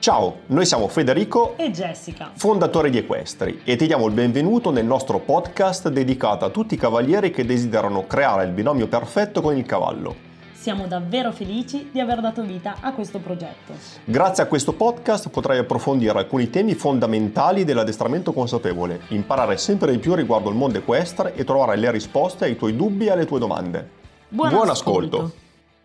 Ciao, noi siamo Federico e Jessica, fondatori di Equestri, e ti diamo il benvenuto nel nostro podcast dedicato a tutti i cavalieri che desiderano creare il binomio perfetto con il cavallo. Siamo davvero felici di aver dato vita a questo progetto. Grazie a questo podcast potrai approfondire alcuni temi fondamentali dell'addestramento consapevole, imparare sempre di più riguardo il mondo equestre e trovare le risposte ai tuoi dubbi e alle tue domande. Buon ascolto!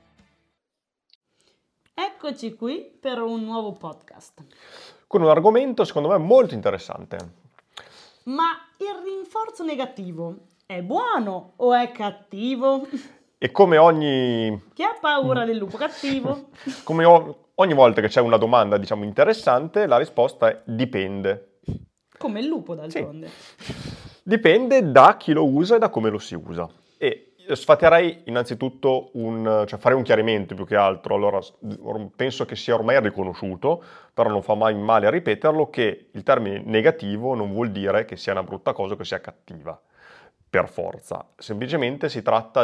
Eccoci qui per un nuovo podcast. Con un argomento secondo me molto interessante. Ma il rinforzo negativo è buono o è cattivo? E come ogni... Chi ha paura del lupo cattivo? Come ogni volta che c'è una domanda, interessante, la risposta è dipende. Come il lupo, d'altronde. Sì. Dipende da chi lo usa e da come lo si usa. E sfaterei innanzitutto farei un chiarimento più che altro. Allora, penso che sia ormai riconosciuto, però non fa mai male a ripeterlo, che il termine negativo non vuol dire che sia una brutta cosa o che sia cattiva. Per forza, semplicemente si tratta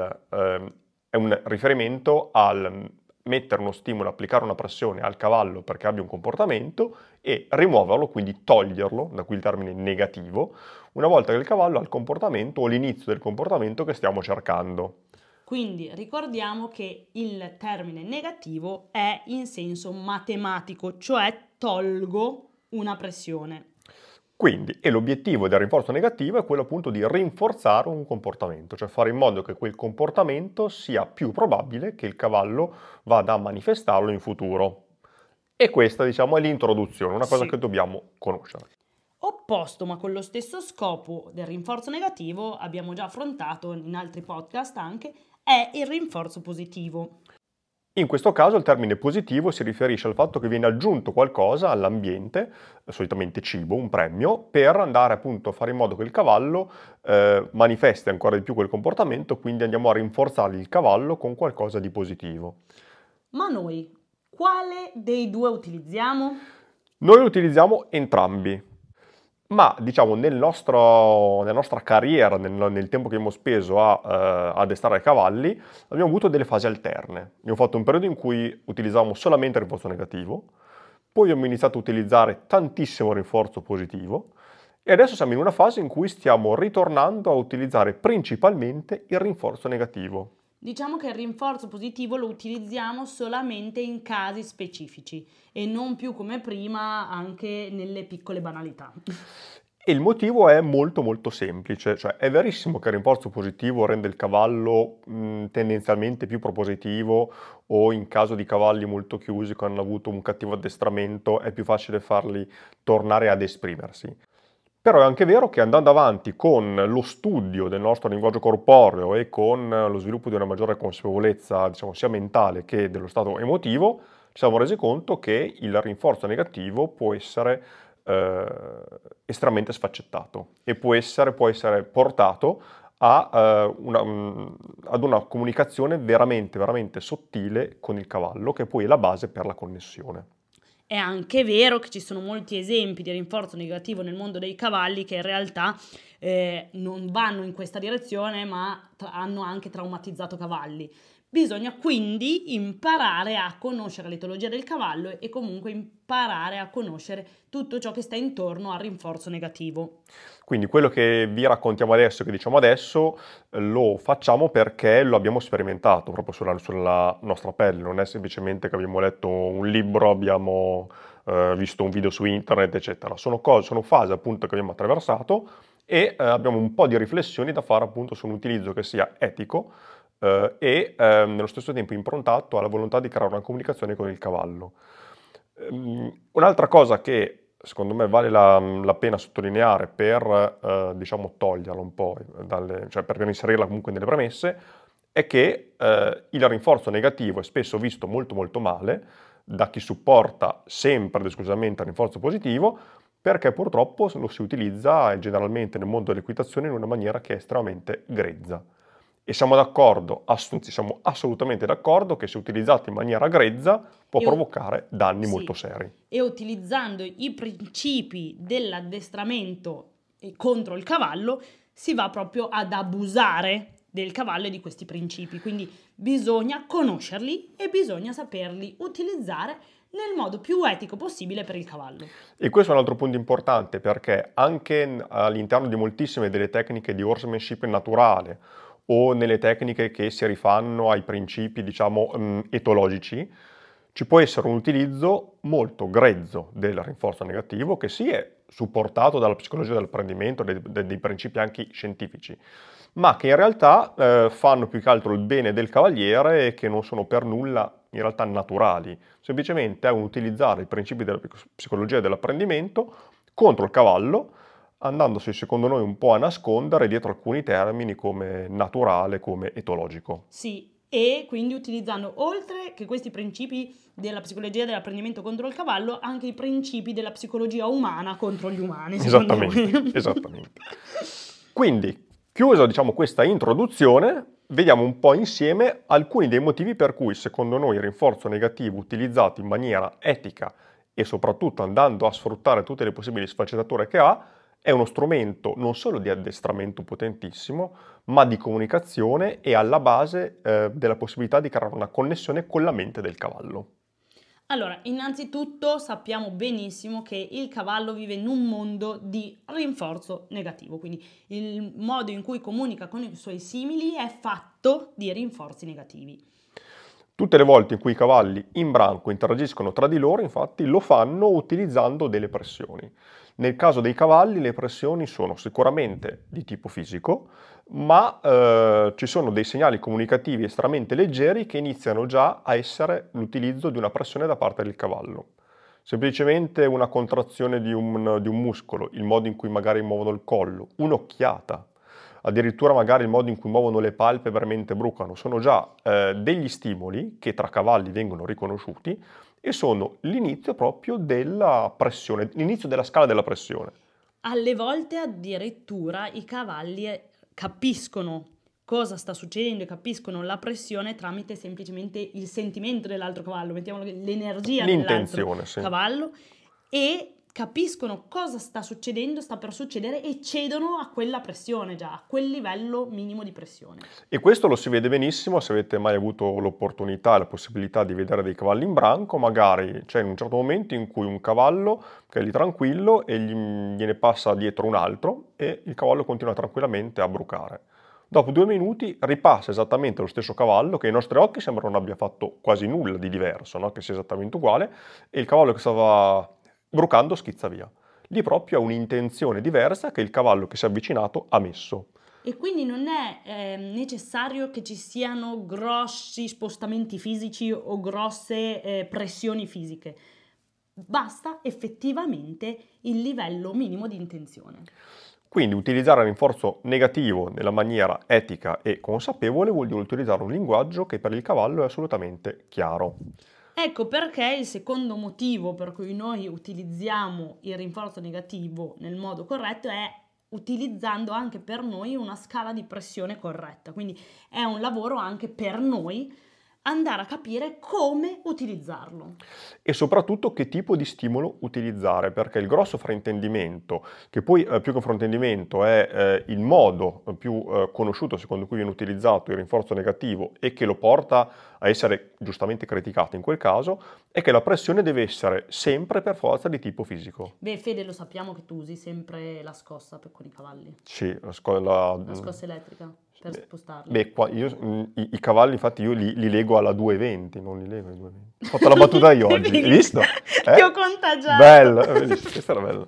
è un riferimento al mettere uno stimolo, applicare una pressione al cavallo perché abbia un comportamento e rimuoverlo, quindi toglierlo, da qui il termine negativo, una volta che il cavallo ha il comportamento o l'inizio del comportamento che stiamo cercando. Quindi ricordiamo che il termine negativo è in senso matematico, cioè tolgo una pressione. Quindi, e l'obiettivo del rinforzo negativo è quello appunto di rinforzare un comportamento, cioè fare in modo che quel comportamento sia più probabile che il cavallo vada a manifestarlo in futuro. E questa, è l'introduzione, una cosa che dobbiamo conoscere. Opposto, ma con lo stesso scopo del rinforzo negativo, abbiamo già affrontato in altri podcast anche, è il rinforzo positivo. In questo caso il termine positivo si riferisce al fatto che viene aggiunto qualcosa all'ambiente, solitamente cibo, un premio, per andare appunto a fare in modo che il cavallo manifesti ancora di più quel comportamento, quindi andiamo a rinforzare il cavallo con qualcosa di positivo. Ma noi quale dei due utilizziamo? Noi lo utilizziamo entrambi. Ma nella nostra carriera, nel tempo che abbiamo speso a addestrare i cavalli, abbiamo avuto delle fasi alterne. Abbiamo fatto un periodo in cui utilizzavamo solamente il rinforzo negativo, poi abbiamo iniziato a utilizzare tantissimo rinforzo positivo e adesso siamo in una fase in cui stiamo ritornando a utilizzare principalmente il rinforzo negativo. Diciamo che il rinforzo positivo lo utilizziamo solamente in casi specifici e non più come prima anche nelle piccole banalità. E il motivo è molto molto semplice, cioè è verissimo che il rinforzo positivo rende il cavallo tendenzialmente più propositivo, o in caso di cavalli molto chiusi che hanno avuto un cattivo addestramento è più facile farli tornare ad esprimersi. Però è anche vero che andando avanti con lo studio del nostro linguaggio corporeo e con lo sviluppo di una maggiore consapevolezza, sia mentale che dello stato emotivo, ci siamo resi conto che il rinforzo negativo può essere estremamente sfaccettato e può essere portato ad una comunicazione veramente, veramente sottile con il cavallo, che poi è la base per la connessione. È anche vero che ci sono molti esempi di rinforzo negativo nel mondo dei cavalli che in realtà non vanno in questa direzione, ma hanno anche traumatizzato cavalli. Bisogna quindi imparare a conoscere l'etologia del cavallo e comunque imparare a conoscere tutto ciò che sta intorno al rinforzo negativo. Quindi quello che vi raccontiamo adesso, che diciamo adesso, lo facciamo perché lo abbiamo sperimentato proprio sulla nostra pelle. Non è semplicemente che abbiamo letto un libro, abbiamo visto un video su internet, eccetera. Sono fasi appunto che abbiamo attraversato e abbiamo un po' di riflessioni da fare appunto su un utilizzo che sia etico e nello stesso tempo improntato alla volontà di creare una comunicazione con il cavallo. Un'altra cosa che secondo me vale la pena sottolineare per toglierla un po', per inserirla comunque nelle premesse, è che il rinforzo negativo è spesso visto molto molto male da chi supporta sempre ed esclusivamente il rinforzo positivo, perché purtroppo lo si utilizza generalmente nel mondo dell'equitazione in una maniera che è estremamente grezza. E siamo assolutamente d'accordo che se utilizzato in maniera grezza può provocare danni molto seri. E utilizzando i principi dell'addestramento contro il cavallo si va proprio ad abusare del cavallo e di questi principi. Quindi bisogna conoscerli e bisogna saperli utilizzare nel modo più etico possibile per il cavallo. E questo è un altro punto importante, perché anche all'interno di moltissime delle tecniche di horsemanship naturale o nelle tecniche che si rifanno ai principi, diciamo, etologici, ci può essere un utilizzo molto grezzo del rinforzo negativo, che sì è supportato dalla psicologia dell'apprendimento, dei principi anche scientifici, ma che in realtà fanno più che altro il bene del cavaliere e che non sono per nulla in realtà naturali. Semplicemente è un utilizzare i principi della psicologia dell'apprendimento contro il cavallo, andandosi secondo noi un po' a nascondere dietro alcuni termini come naturale, come etologico. Sì, e quindi utilizzando, oltre che questi principi della psicologia dell'apprendimento contro il cavallo, anche i principi della psicologia umana contro gli umani, secondo Esattamente, noi. esattamente. Quindi, chiusa diciamo questa introduzione, vediamo un po' insieme alcuni dei motivi per cui secondo noi il rinforzo negativo utilizzato in maniera etica e soprattutto andando a sfruttare tutte le possibili sfaccettature che ha, è uno strumento non solo di addestramento potentissimo, ma di comunicazione e alla base della possibilità di creare una connessione con la mente del cavallo. Allora, innanzitutto sappiamo benissimo che il cavallo vive in un mondo di rinforzo negativo, quindi il modo in cui comunica con i suoi simili è fatto di rinforzi negativi. Tutte le volte in cui i cavalli in branco interagiscono tra di loro, infatti, lo fanno utilizzando delle pressioni. Nel caso dei cavalli le pressioni sono sicuramente di tipo fisico, ma ci sono dei segnali comunicativi estremamente leggeri che iniziano già a essere l'utilizzo di una pressione da parte del cavallo. Semplicemente una contrazione di un muscolo, il modo in cui magari muovono il collo, un'occhiata, addirittura magari il modo in cui muovono le palpebre mentre brucano, sono già degli stimoli che tra cavalli vengono riconosciuti e sono l'inizio proprio della pressione, l'inizio della scala della pressione. Alle volte addirittura i cavalli capiscono cosa sta succedendo e capiscono la pressione tramite semplicemente il sentimento dell'altro cavallo, mettiamolo l'energia dell'altro cavallo, e capiscono cosa sta succedendo, sta per succedere e cedono a quella pressione già, a quel livello minimo di pressione. E questo lo si vede benissimo se avete mai avuto l'opportunità e la possibilità di vedere dei cavalli in branco, magari c'è in un certo momento in cui un cavallo che è lì tranquillo e gliene passa dietro un altro e il cavallo continua tranquillamente a brucare. Dopo 2 minuti ripassa esattamente lo stesso cavallo che ai nostri occhi sembra non abbia fatto quasi nulla di diverso, no? Che sia esattamente uguale, e il cavallo che stava brucando schizza via. Lì proprio ha un'intenzione diversa che il cavallo che si è avvicinato ha messo. E quindi non è necessario che ci siano grossi spostamenti fisici o grosse pressioni fisiche. Basta effettivamente il livello minimo di intenzione. Quindi utilizzare il rinforzo negativo nella maniera etica e consapevole vuol dire utilizzare un linguaggio che per il cavallo è assolutamente chiaro. Ecco perché il secondo motivo per cui noi utilizziamo il rinforzo negativo nel modo corretto è utilizzando anche per noi una scala di pressione corretta. Quindi è un lavoro anche per noi andare a capire come utilizzarlo. E soprattutto che tipo di stimolo utilizzare, perché il grosso fraintendimento, che poi più che un fraintendimento è il modo più conosciuto secondo cui viene utilizzato il rinforzo negativo e che lo porta a essere giustamente criticato in quel caso, è che la pressione deve essere sempre per forza di tipo fisico. Beh, Fede, lo sappiamo che tu usi sempre la scossa con i cavalli. Sì, la scossa elettrica per spostarli. Beh, i cavalli infatti io li lego alla 220, non li lego ai 220. Ho fatto la battuta io oggi, hai visto? Ti ho contagiato. Bella, bellissima, questa era bella.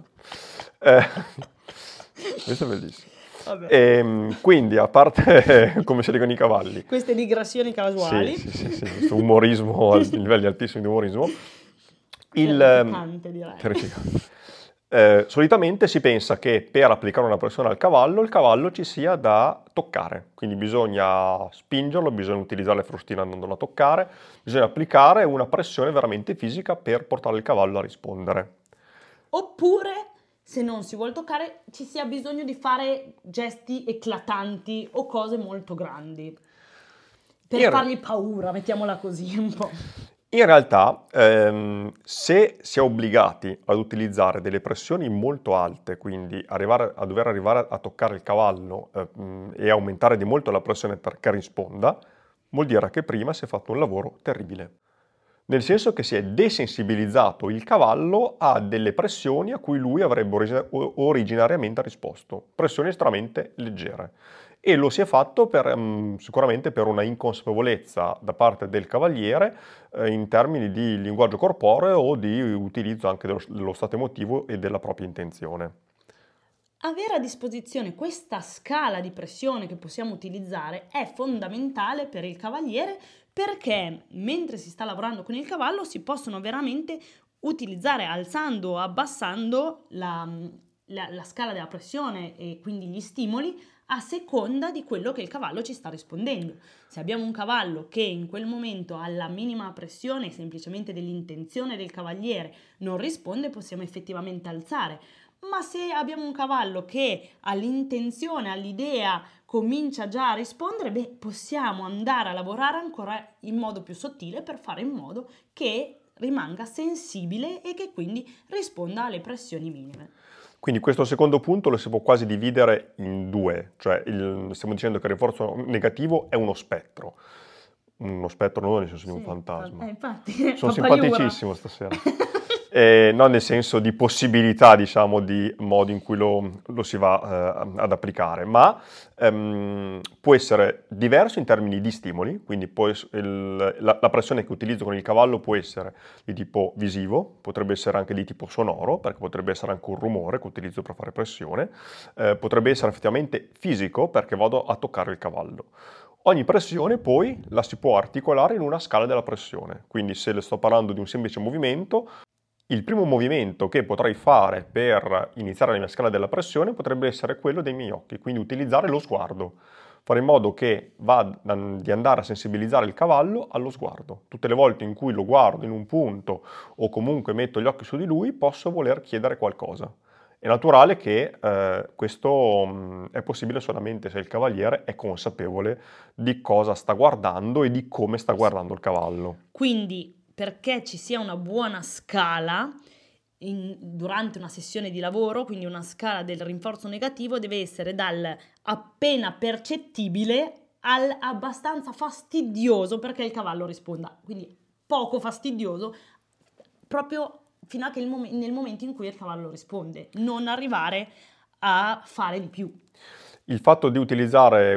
Questo è bellissimo. Quindi, a parte come si legano i cavalli. Queste digressioni casuali. Sì, questo umorismo, a livelli altissimi di umorismo. Terrificante, direi. Terrificante. Solitamente si pensa che per applicare una pressione al cavallo, il cavallo ci sia da toccare, quindi bisogna spingerlo, bisogna utilizzare le frustine andandolo a toccare, bisogna applicare una pressione veramente fisica per portare il cavallo a rispondere. Oppure, se non si vuole toccare, ci sia bisogno di fare gesti eclatanti o cose molto grandi, per fargli paura, mettiamola così un po'. In realtà, se si è obbligati ad utilizzare delle pressioni molto alte, quindi dover arrivare a toccare il cavallo e aumentare di molto la pressione perché risponda, vuol dire che prima si è fatto un lavoro terribile. Nel senso che si è desensibilizzato il cavallo a delle pressioni a cui lui avrebbe originariamente risposto, pressioni estremamente leggere. E lo si è fatto sicuramente per una inconsapevolezza da parte del cavaliere in termini di linguaggio corporeo o di utilizzo anche dello stato emotivo e della propria intenzione. Avere a disposizione questa scala di pressione che possiamo utilizzare è fondamentale per il cavaliere, perché mentre si sta lavorando con il cavallo si possono veramente utilizzare alzando o abbassando la scala della pressione e quindi gli stimoli a seconda di quello che il cavallo ci sta rispondendo. Se abbiamo un cavallo che in quel momento alla minima pressione, semplicemente dell'intenzione del cavaliere, non risponde, possiamo effettivamente alzare. Ma se abbiamo un cavallo che all'intenzione, all'idea comincia già a rispondere, possiamo andare a lavorare ancora in modo più sottile per fare in modo che rimanga sensibile e che quindi risponda alle pressioni minime. Quindi questo secondo punto lo si può quasi dividere in due, cioè stiamo dicendo che il rinforzo negativo è uno spettro non nel senso di un fantasma. Infatti, Sono fa paura. simpaticissimo stasera. Non nel senso di possibilità, diciamo, di modi in cui lo si va ad applicare, ma può essere diverso in termini di stimoli, quindi la pressione che utilizzo con il cavallo può essere di tipo visivo, potrebbe essere anche di tipo sonoro, perché potrebbe essere anche un rumore che utilizzo per fare pressione, potrebbe essere effettivamente fisico, perché vado a toccare il cavallo. Ogni pressione poi la si può articolare in una scala della pressione, quindi se le sto parlando di un semplice movimento, il primo movimento che potrei fare per iniziare la mia scala della pressione potrebbe essere quello dei miei occhi, quindi utilizzare lo sguardo, fare in modo che di andare a sensibilizzare il cavallo allo sguardo. Tutte le volte in cui lo guardo in un punto o comunque metto gli occhi su di lui, posso voler chiedere qualcosa. È naturale che questo è possibile solamente se il cavaliere è consapevole di cosa sta guardando e di come sta guardando il cavallo. Quindi, perché ci sia una buona scala durante una sessione di lavoro, quindi una scala del rinforzo negativo, deve essere dal appena percettibile al abbastanza fastidioso perché il cavallo risponda. Quindi poco fastidioso, proprio fino a che nel momento in cui il cavallo risponde, non arrivare a fare di più. Il fatto di utilizzare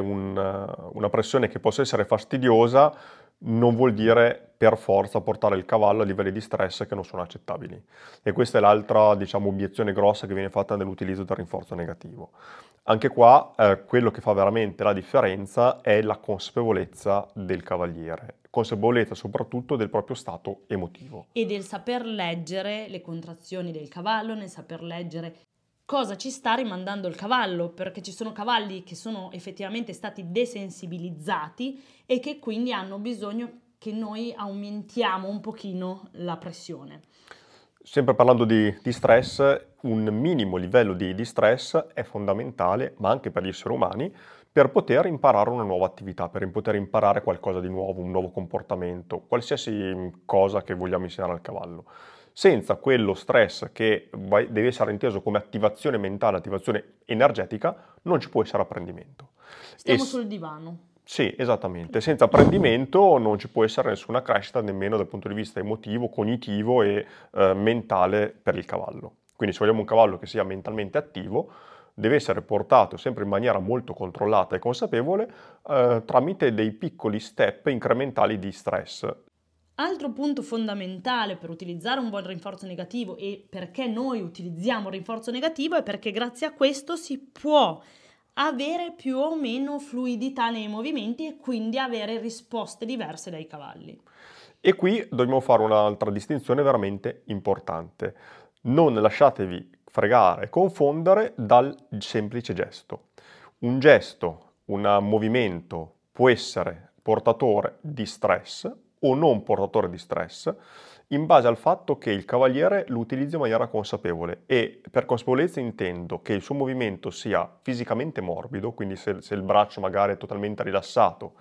una pressione che possa essere fastidiosa non vuol dire per forza portare il cavallo a livelli di stress che non sono accettabili. E questa è l'altra, diciamo, obiezione grossa che viene fatta nell'utilizzo del rinforzo negativo. Anche qua quello che fa veramente la differenza è la consapevolezza del cavaliere, consapevolezza soprattutto del proprio stato emotivo. E del saper leggere le contrazioni del cavallo, nel saper leggere cosa ci sta rimandando il cavallo, perché ci sono cavalli che sono effettivamente stati desensibilizzati e che quindi hanno bisogno che noi aumentiamo un pochino la pressione. Sempre parlando di stress, un minimo livello di stress è fondamentale, ma anche per gli esseri umani, per poter imparare una nuova attività, per poter imparare qualcosa di nuovo, un nuovo comportamento, qualsiasi cosa che vogliamo insegnare al cavallo. Senza quello stress che deve essere inteso come attivazione mentale, attivazione energetica, non ci può essere apprendimento. Stiamo sul divano. Sì, esattamente. Senza apprendimento non ci può essere nessuna crescita nemmeno dal punto di vista emotivo, cognitivo e mentale per il cavallo. Quindi se vogliamo un cavallo che sia mentalmente attivo, deve essere portato sempre in maniera molto controllata e consapevole tramite dei piccoli step incrementali di stress. Altro punto fondamentale per utilizzare un buon rinforzo negativo e perché noi utilizziamo il rinforzo negativo è perché grazie a questo si può avere più o meno fluidità nei movimenti e quindi avere risposte diverse dai cavalli. E qui dobbiamo fare un'altra distinzione veramente importante. Non lasciatevi fregare e confondere dal semplice gesto. Un gesto, un movimento può essere portatore di stress o non portatore di stress in base al fatto che il cavaliere lo utilizzi in maniera consapevole, e per consapevolezza intendo che il suo movimento sia fisicamente morbido, quindi se il braccio magari è totalmente rilassato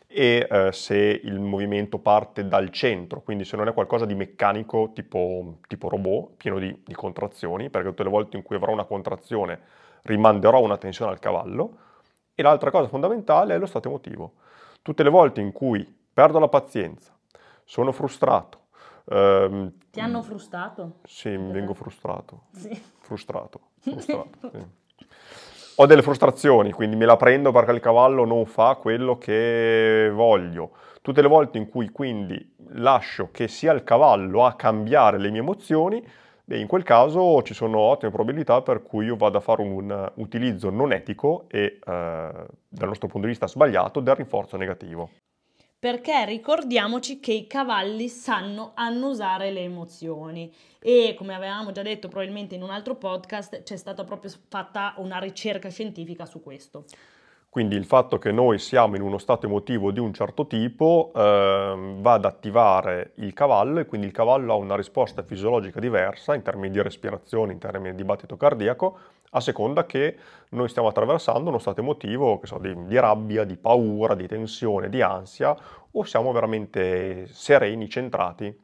e se il movimento parte dal centro, quindi se non è qualcosa di meccanico tipo robot, pieno di contrazioni, perché tutte le volte in cui avrò una contrazione rimanderò una tensione al cavallo. E l'altra cosa fondamentale è lo stato emotivo. Tutte le volte in cui perdo la pazienza, sono frustrato, Ti hanno frustrato? sì, mi vengo frustrato. Sì. Frustrato. Sì. Ho delle frustrazioni, quindi me la prendo perché il cavallo non fa quello che voglio. Tutte le volte in cui quindi lascio che sia il cavallo a cambiare le mie emozioni, in quel caso ci sono ottime probabilità per cui io vada a fare un utilizzo non etico e dal nostro punto di vista sbagliato del rinforzo negativo. Perché ricordiamoci che i cavalli sanno annusare le emozioni e come avevamo già detto probabilmente in un altro podcast c'è stata proprio fatta una ricerca scientifica su questo. Quindi il fatto che noi siamo in uno stato emotivo di un certo tipo va ad attivare il cavallo e quindi il cavallo ha una risposta fisiologica diversa in termini di respirazione, in termini di battito cardiaco, a seconda che noi stiamo attraversando uno stato emotivo, che so, di rabbia, di paura, di tensione, di ansia, o siamo veramente sereni, centrati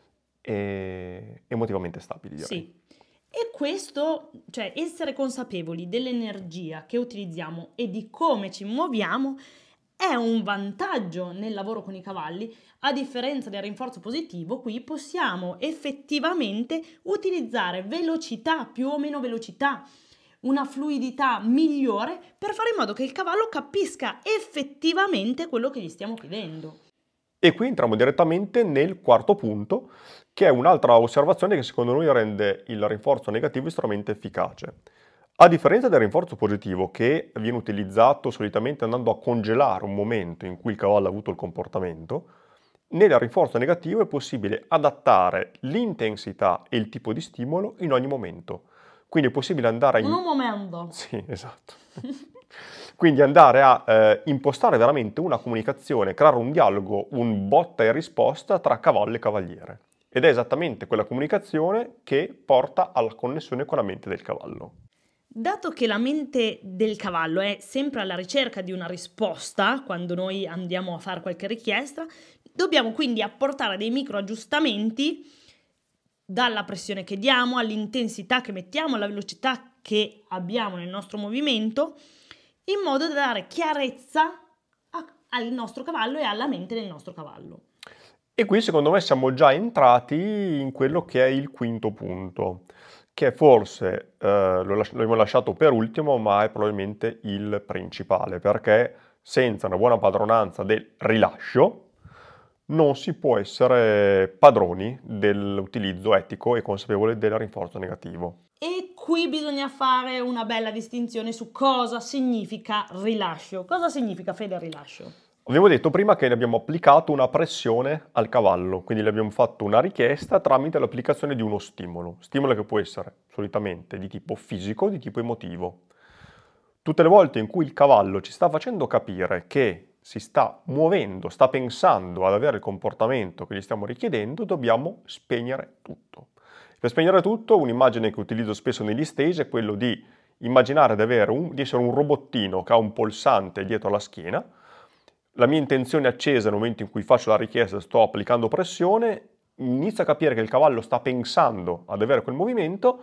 e emotivamente stabili, direi. Sì. E questo, cioè essere consapevoli dell'energia che utilizziamo e di come ci muoviamo, è un vantaggio nel lavoro con i cavalli. A differenza del rinforzo positivo, qui possiamo effettivamente utilizzare velocità, più o meno velocità, una fluidità migliore per fare in modo che il cavallo capisca effettivamente quello che gli stiamo chiedendo. E qui entriamo direttamente nel quarto punto, che è un'altra osservazione che secondo noi rende il rinforzo negativo estremamente efficace. A differenza del rinforzo positivo, che viene utilizzato solitamente andando a congelare un momento in cui il cavallo ha avuto il comportamento, nel rinforzo negativo è possibile adattare l'intensità e il tipo di stimolo in ogni momento. Quindi è possibile andare In un momento. Sì, esatto. Quindi andare a impostare veramente una comunicazione, creare un dialogo, un botta e risposta tra cavallo e cavaliere. Ed è esattamente quella comunicazione che porta alla connessione con la mente del cavallo. Dato che la mente del cavallo è sempre alla ricerca di una risposta quando noi andiamo a fare qualche richiesta, dobbiamo quindi apportare dei micro aggiustamenti dalla pressione che diamo, all'intensità che mettiamo, alla velocità che abbiamo nel nostro movimento, in modo da dare chiarezza al nostro cavallo e alla mente del nostro cavallo. E qui secondo me siamo già entrati in quello che è il quinto punto, che forse l'abbiamo lasciato per ultimo, ma è probabilmente il principale, perché senza una buona padronanza del rilascio non si può essere padroni dell'utilizzo etico e consapevole del rinforzo negativo. E qui bisogna fare una bella distinzione su cosa significa rilascio. Cosa significa, Fede, rilascio? Abbiamo detto prima che ne abbiamo applicato una pressione al cavallo, quindi le abbiamo fatto una richiesta tramite l'applicazione di uno stimolo che può essere solitamente di tipo fisico o di tipo emotivo. Tutte le volte in cui il cavallo ci sta facendo capire che si sta muovendo, sta pensando ad avere il comportamento che gli stiamo richiedendo, dobbiamo spegnere tutto. Per spegnere tutto, un'immagine che utilizzo spesso negli stage è quello di immaginare di essere un robottino che ha un pulsante dietro la schiena. La mia intenzione è accesa nel momento in cui faccio la richiesta, sto applicando pressione, inizio a capire che il cavallo sta pensando ad avere quel movimento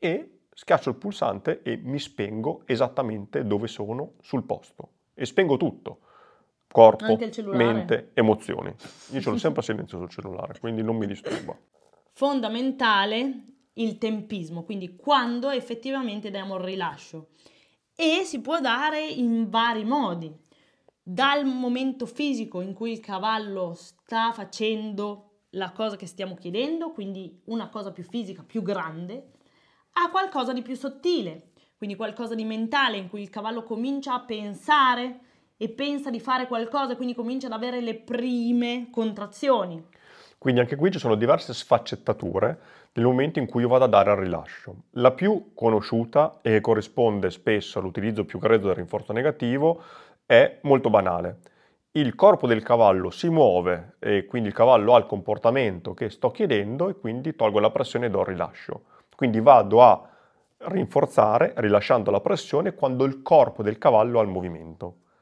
e schiaccio il pulsante e mi spengo esattamente dove sono sul posto. E spengo tutto. Corpo, Anche il cellulare. mente, emozioni. Io ce l'ho sempre a silenzio sul cellulare, quindi non mi disturba. Fondamentale il tempismo, quindi quando effettivamente diamo il rilascio. E si può dare in vari modi. Dal momento fisico in cui il cavallo sta facendo la cosa che stiamo chiedendo, quindi una cosa più fisica, più grande, a qualcosa di più sottile, quindi qualcosa di mentale in cui il cavallo comincia a pensare e pensa di fare qualcosa, quindi comincia ad avere le prime contrazioni. Quindi anche qui ci sono diverse sfaccettature nel momento in cui io vado a dare il rilascio. La più conosciuta e che corrisponde spesso all'utilizzo più grezzo del rinforzo negativo è molto banale. Il corpo del cavallo si muove e quindi il cavallo ha il comportamento che sto chiedendo e quindi tolgo la pressione e do il rilascio. Quindi vado a rinforzare rilasciando la pressione quando il corpo del cavallo ha il movimento.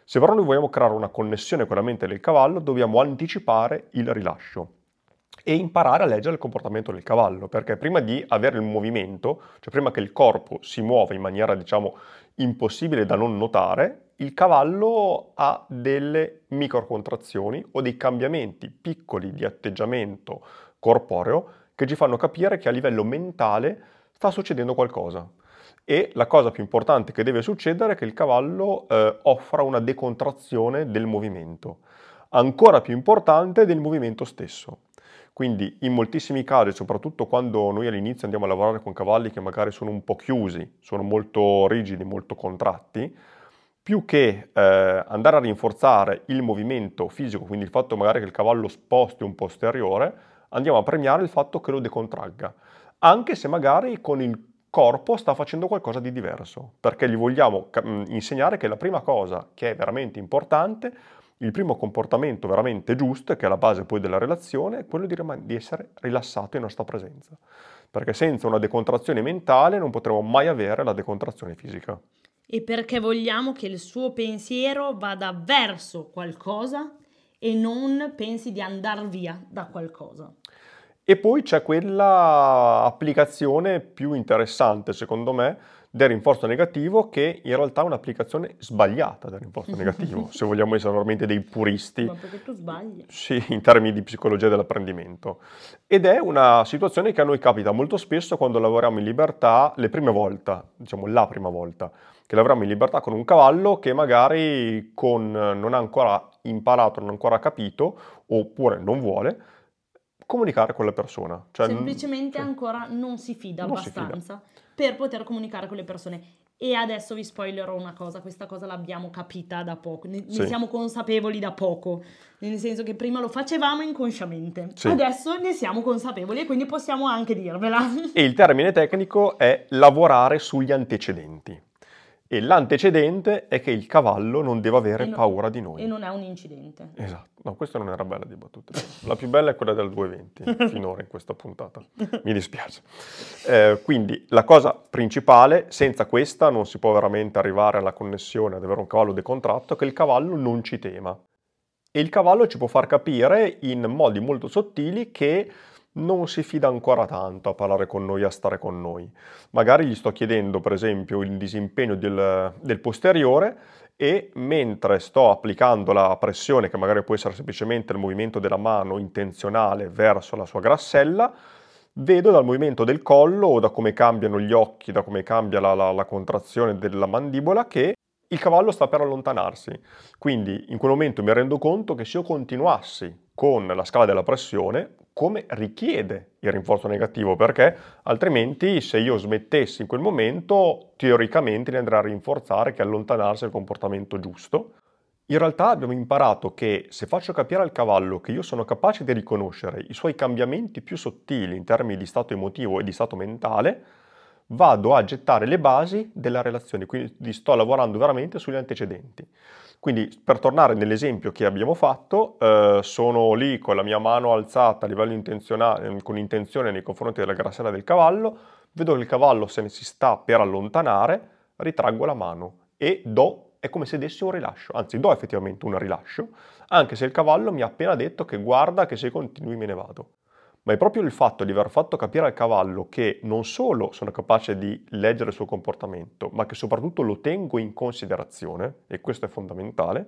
Se però noi vogliamo creare una connessione con la mente del cavallo, dobbiamo anticipare il rilascio e imparare a leggere il comportamento del cavallo, perché prima di avere il movimento, cioè prima che il corpo si muova in maniera, diciamo, impossibile da non notare, il cavallo ha delle microcontrazioni o dei cambiamenti piccoli di atteggiamento corporeo che ci fanno capire che a livello mentale sta succedendo qualcosa. E la cosa più importante che deve succedere è che il cavallo offra una decontrazione del movimento, ancora più importante del movimento stesso. Quindi in moltissimi casi, soprattutto quando noi all'inizio andiamo a lavorare con cavalli che magari sono un po' chiusi, sono molto rigidi, molto contratti, più che andare a rinforzare il movimento fisico, quindi il fatto magari che il cavallo sposti un posteriore, andiamo a premiare il fatto che lo decontragga, anche se magari con il corpo sta facendo qualcosa di diverso, perché gli vogliamo insegnare che la prima cosa che è veramente importante, il primo comportamento veramente giusto, che è la base poi della relazione, è quello di essere rilassato in nostra presenza, perché senza una decontrazione mentale non potremo mai avere la decontrazione fisica. E perché vogliamo che il suo pensiero vada verso qualcosa e non pensi di andare via da qualcosa. E poi c'è quella applicazione più interessante, secondo me, del rinforzo negativo, che in realtà è un'applicazione sbagliata del rinforzo negativo, se vogliamo essere veramente dei puristi. Ma perché tu sbagli? Sì, in termini di psicologia dell'apprendimento. Ed è una situazione che a noi capita molto spesso quando lavoriamo in libertà, le prime volte, diciamo la prima volta, che lavoriamo in libertà con un cavallo che magari non ha ancora imparato, non ha ancora capito, oppure non vuole comunicare con la persona. Cioè, Semplicemente sì, ancora non si fida non si fida. abbastanza per poter comunicare con le persone. E adesso vi spoilerò una cosa, questa cosa l'abbiamo capita da poco, ne Sì. siamo consapevoli da poco, nel senso che prima lo facevamo inconsciamente, Sì. adesso ne siamo consapevoli e quindi possiamo anche dirvela. E il termine tecnico è lavorare sugli antecedenti. E l'antecedente è che il cavallo non deve avere paura di noi. E non è un incidente. Esatto. No, questa non era bella di battute. La più bella è quella del 220, finora in questa puntata. Mi dispiace. Quindi la cosa principale, senza questa non si può veramente arrivare alla connessione, ad avere un cavallo decontratto, è che il cavallo non ci tema. E il cavallo ci può far capire in modi molto sottili che non si fida ancora tanto a parlare con noi, a stare con noi. Magari gli sto chiedendo, per esempio, il disimpegno del posteriore e mentre sto applicando la pressione, che magari può essere semplicemente il movimento della mano intenzionale verso la sua grassella, vedo dal movimento del collo o da come cambiano gli occhi, da come cambia la contrazione della mandibola, che il cavallo sta per allontanarsi. Quindi in quel momento mi rendo conto che se io continuassi con la scala della pressione, come richiede il rinforzo negativo, perché altrimenti se io smettessi in quel momento, teoricamente ne andrà a rinforzare che allontanarsi è il comportamento giusto. In realtà abbiamo imparato che se faccio capire al cavallo che io sono capace di riconoscere i suoi cambiamenti più sottili in termini di stato emotivo e di stato mentale, vado a gettare le basi della relazione, quindi sto lavorando veramente sugli antecedenti. Quindi per tornare nell'esempio che abbiamo fatto, sono lì con la mia mano alzata a livello intenzionale, con intenzione nei confronti della grassella del cavallo, vedo che il cavallo se ne si sta per allontanare, ritraggo la mano e è come se dessi un rilascio, anzi do effettivamente un rilascio, anche se il cavallo mi ha appena detto che guarda che se continui me ne vado. Ma è proprio il fatto di aver fatto capire al cavallo che non solo sono capace di leggere il suo comportamento, ma che soprattutto lo tengo in considerazione, e questo è fondamentale,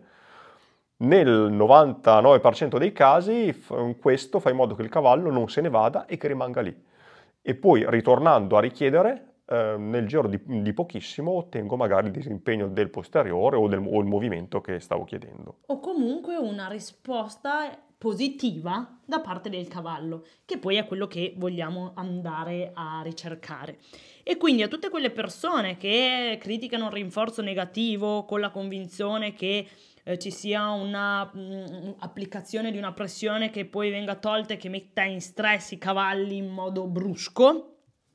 nel 99% dei casi questo fa in modo che il cavallo non se ne vada e che rimanga lì. E poi ritornando a richiedere, nel giro di pochissimo ottengo magari il disimpegno del posteriore o il movimento che stavo chiedendo. O comunque una risposta positiva da parte del cavallo, che poi è quello che vogliamo andare a ricercare. E quindi a tutte quelle persone che criticano il rinforzo negativo con la convinzione che ci sia una applicazione di una pressione che poi venga tolta e che metta in stress i cavalli in modo brusco,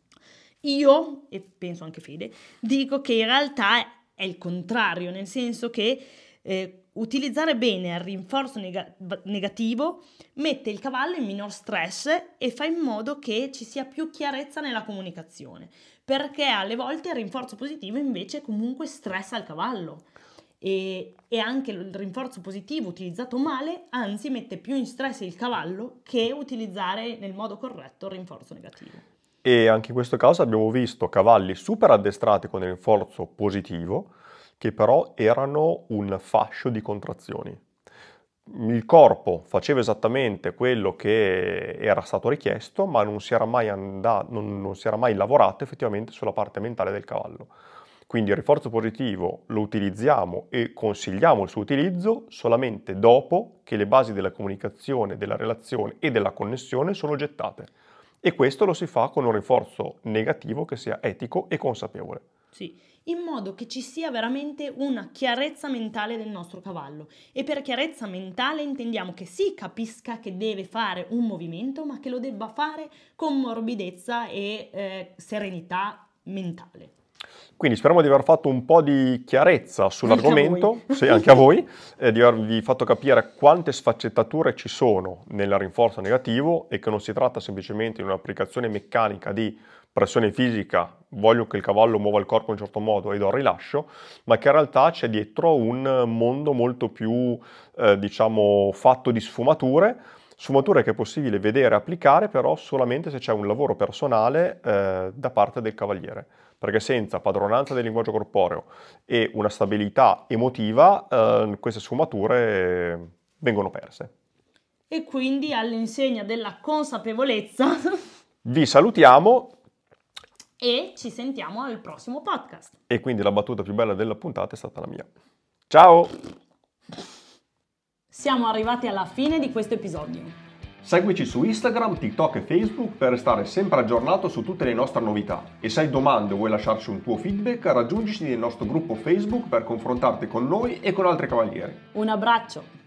io, e penso anche Fede, dico che in realtà è il contrario, nel senso che utilizzare bene il rinforzo negativo mette il cavallo in minor stress e fa in modo che ci sia più chiarezza nella comunicazione, perché alle volte il rinforzo positivo invece comunque stressa il cavallo e anche il rinforzo positivo utilizzato male, anzi mette più in stress il cavallo che utilizzare nel modo corretto il rinforzo negativo. E anche in questo caso abbiamo visto cavalli super addestrati con il rinforzo positivo, che però erano un fascio di contrazioni. Il corpo faceva esattamente quello che era stato richiesto, ma non si era mai lavorato effettivamente sulla parte mentale del cavallo. Quindi il rinforzo positivo lo utilizziamo e consigliamo il suo utilizzo solamente dopo che le basi della comunicazione, della relazione e della connessione sono gettate. E questo lo si fa con un rinforzo negativo che sia etico e consapevole. Sì, in modo che ci sia veramente una chiarezza mentale del nostro cavallo. E per chiarezza mentale intendiamo che sì, capisca che deve fare un movimento, ma che lo debba fare con morbidezza e serenità mentale. Quindi speriamo di aver fatto un po' di chiarezza sull'argomento, Anche a voi. sì, anche a voi, di avervi fatto capire quante sfaccettature ci sono nel rinforzo negativo e che non si tratta semplicemente di un'applicazione meccanica di pressione fisica, voglio che il cavallo muova il corpo in un certo modo e do il rilascio, ma che in realtà c'è dietro un mondo molto più, fatto di sfumature che è possibile vedere e applicare però solamente se c'è un lavoro personale da parte del cavaliere, perché senza padronanza del linguaggio corporeo e una stabilità emotiva queste sfumature vengono perse. E quindi all'insegna della consapevolezza Vi salutiamo e ci sentiamo al prossimo podcast. e quindi la battuta più bella della puntata è stata la mia. Ciao! Siamo arrivati alla fine di questo episodio. Seguici su Instagram, TikTok e Facebook per restare sempre aggiornato su tutte le nostre novità. E se hai domande o vuoi lasciarci un tuo feedback, raggiungici nel nostro gruppo Facebook per confrontarti con noi e con altri cavalieri. Un abbraccio!